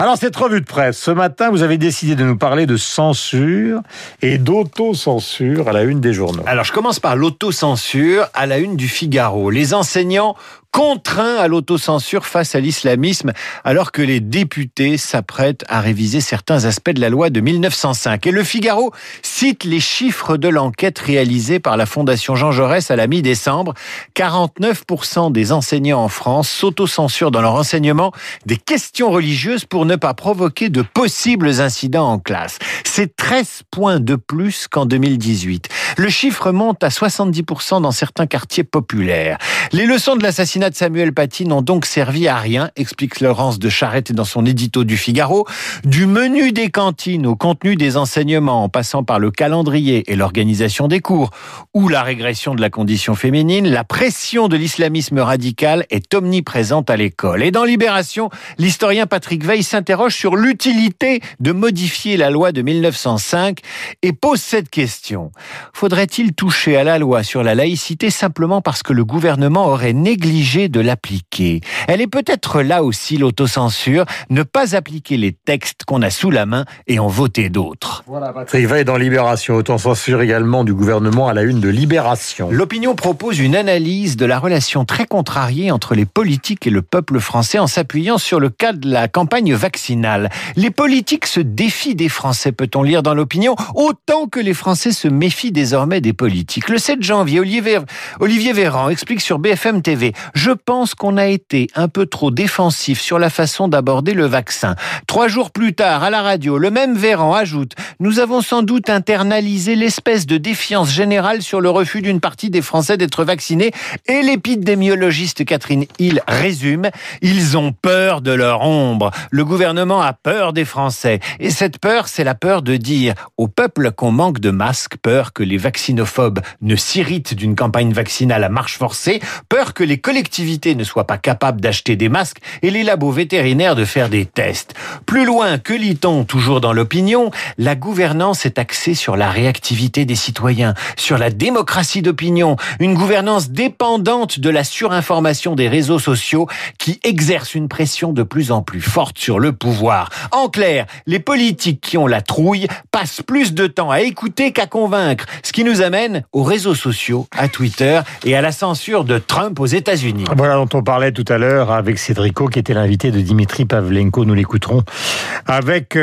Alors, cette revue de presse, ce matin, vous avez décidé de nous parler de censure et d'autocensure à la une des journaux. Alors, je commence par l'autocensure à la une du Figaro. Les enseignants contraints à l'autocensure face à l'islamisme, alors que les députés s'apprêtent à réviser certains aspects de la loi de 1905. Et le Figaro cite les chiffres de l'enquête réalisée par la Fondation Jean Jaurès à la mi-décembre. 49% des enseignants en France s'autocensurent dans leur enseignement des questions religieuses pour ne pas provoquer de possibles incidents en classe. C'est 13 points de plus qu'en 2018. Le chiffre monte à 70% dans certains quartiers populaires. Les leçons de l'assassinat de Samuel Paty n'ont donc servi à rien, explique Laurence de Charette dans son édito du Figaro. Du menu des cantines au contenu des enseignements, en passant par le calendrier et l'organisation des cours, ou la régression de la condition féminine, la pression de l'islamisme radical est omniprésente à l'école. Et dans Libération, l'historien Patrick Veil s'interroge sur l'utilité de modifier la loi de 1905 et pose cette question. Faudrait-il toucher à la loi sur la laïcité simplement parce que le gouvernement aurait négligé de l'appliquer? Elle est peut-être là aussi l'autocensure, ne pas appliquer les textes qu'on a sous la main et en voter d'autres. Voilà, Patrick Veil dans Libération, autocensure également du gouvernement à la une de Libération. L'Opinion propose une analyse de la relation très contrariée entre les politiques et le peuple français en s'appuyant sur le cas de la campagne vaccinale. Les politiques se défient des Français, peut-on lire dans l'Opinion, autant que les Français se méfient désormais des politiques. Le 7 janvier, Olivier Véran explique sur BFM TV: je pense qu'on a été un peu trop défensif sur la façon d'aborder le vaccin. 3 jours plus tard, à la radio, le même Véran ajoute: nous avons sans doute internalisé l'espèce de défiance générale sur le refus d'une partie des Français d'être vaccinés. Et l'épidémiologiste Catherine Hill résume: ils ont peur de leur ombre. Le gouvernement a peur des Français. Et cette peur, c'est la peur de dire au peuple qu'on manque de masques, peur que les vaccinophobes ne s'irritent d'une campagne vaccinale à marche forcée, peur que les collectivités ne soient pas capables d'acheter des masques et les labos vétérinaires de faire des tests. Plus loin, que lit-on toujours dans l'Opinion? La gouvernance est axée sur la réactivité des citoyens, sur la démocratie d'opinion, une gouvernance dépendante de la surinformation des réseaux sociaux qui exerce une pression de plus en plus forte sur le pouvoir. En clair, les politiques qui ont la trouille passent plus de temps à écouter qu'à convaincre, ce qui nous amène aux réseaux sociaux, à Twitter et à la censure de Trump aux États-Unis. Voilà dont on parlait tout à l'heure avec Cédrico, qui était l'invité de Dimitri Pavlenko. Nous l'écouterons avec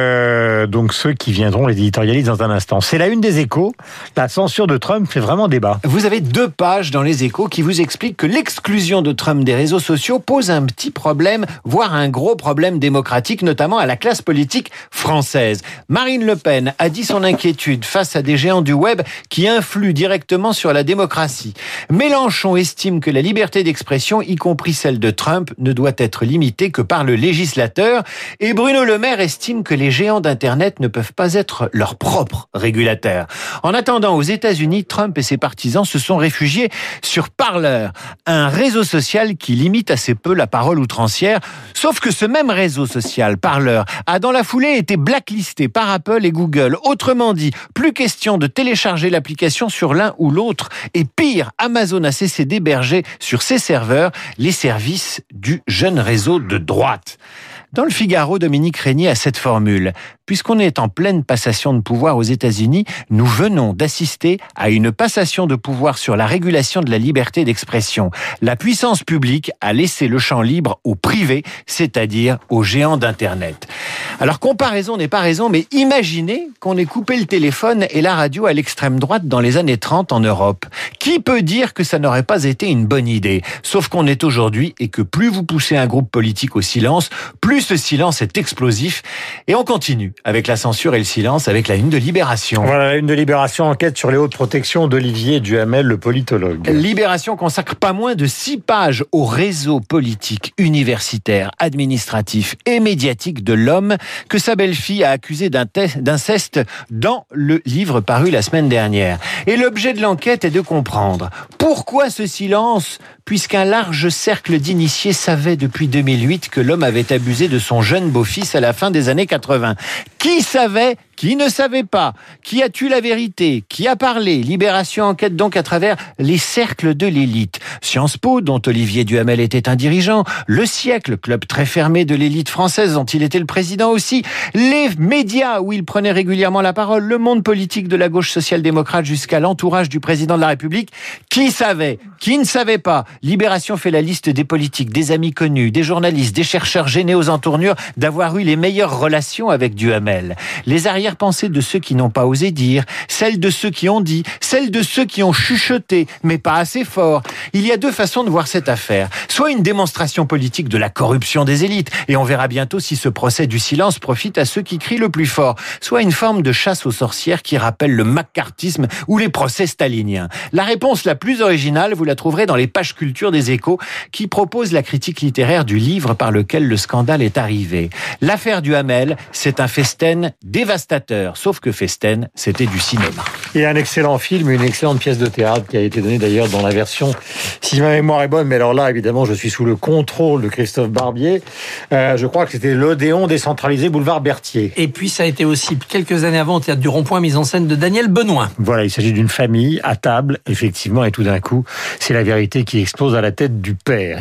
donc ceux qui viendront les éditorialistes dans un instant. C'est la une des Échos. La censure de Trump fait vraiment débat. Vous avez 2 pages dans les Échos qui vous expliquent que l'exclusion de Trump des réseaux sociaux pose un petit problème, voire un gros problème démocratique, notamment à la classe politique française. Marine Le Pen a dit son inquiétude face à des géants du web qui influent directement sur la démocratie. Mélenchon estime que la liberté d'expression, y compris celle de Trump, ne doit être limitée que par le législateur. Et Bruno Le Maire estime que les géants d'Internet ne peuvent pas être leurs propres régulateurs. En attendant, aux États-Unis, Trump et ses partisans se sont réfugiés sur Parler, un réseau social qui limite assez peu la parole outrancière. Sauf que ce même réseau social, Parler, a dans la foulée été blacklisté par Apple et Google. Autrement dit, plus question de télécharger l'application sur l'un ou l'autre. Et pire, Amazon a cessé d'héberger sur ses serveurs les services du jeune réseau de droite. Dans le Figaro, Dominique Régnier a cette formule: puisqu'on est en pleine passation de pouvoir aux États-Unis, nous venons d'assister à une passation de pouvoir sur la régulation de la liberté d'expression. La puissance publique a laissé le champ libre au privé, c'est-à-dire aux géants d'Internet. Alors, comparaison n'est pas raison, mais imaginez qu'on ait coupé le téléphone et la radio à l'extrême droite dans les années 30 en Europe. Qui peut dire que ça n'aurait pas été une bonne idée? Sauf qu'on est aujourd'hui et que plus vous poussez un groupe politique au silence, plus ce silence est explosif. Et on continue avec la censure et le silence avec la une de Libération. Voilà, la une de Libération, enquête sur les hautes protections d'Olivier Duhamel, le politologue. Libération consacre pas moins de 6 pages au réseau politique, universitaire, administratif et médiatique de l'homme que sa belle-fille a accusé d'inceste dans le livre paru la semaine dernière. Et l'objet de l'enquête est de comprendre pourquoi ce silence, puisqu'un large cercle d'initiés savait depuis 2008 que l'homme avait abusé de son jeune beau-fils à la fin des années 80. Qui savait ? Qui ne savait pas? Qui a tué la vérité? Qui a parlé? Libération enquête donc à travers les cercles de l'élite. Sciences Po, dont Olivier Duhamel était un dirigeant, Le Siècle, club très fermé de l'élite française dont il était le président aussi, les médias où il prenait régulièrement la parole, le monde politique de la gauche social-démocrate jusqu'à l'entourage du président de la République. Qui savait? Qui ne savait pas? Libération fait la liste des politiques, des amis connus, des journalistes, des chercheurs gênés aux entournures d'avoir eu les meilleures relations avec Duhamel. Les arrière-pensées de ceux qui n'ont pas osé dire, celles de ceux qui ont dit, celles de ceux qui ont chuchoté, mais pas assez fort. Il y a deux façons de voir cette affaire. Soit une démonstration politique de la corruption des élites, et on verra bientôt si ce procès du silence profite à ceux qui crient le plus fort. Soit une forme de chasse aux sorcières qui rappelle le maccarthisme ou les procès staliniens. La réponse la plus originale, vous la trouverez dans les pages culture des Échos, qui propose la critique littéraire du livre par lequel le scandale est arrivé. L'affaire Duhamel, c'est un Festen dévastateur, sauf que Festen, c'était du cinéma. Et un excellent film, une excellente pièce de théâtre qui a été donnée d'ailleurs dans la version, si ma mémoire est bonne, mais alors là, évidemment, je suis sous le contrôle de Christophe Barbier. Je crois que c'était l'Odéon décentralisé boulevard Berthier. Et puis ça a été aussi quelques années avant au Théâtre du Rond-Point, mise en scène de Daniel Benoît. Voilà, il s'agit d'une famille à table, effectivement, et tout d'un coup, c'est la vérité qui explose à la tête du père.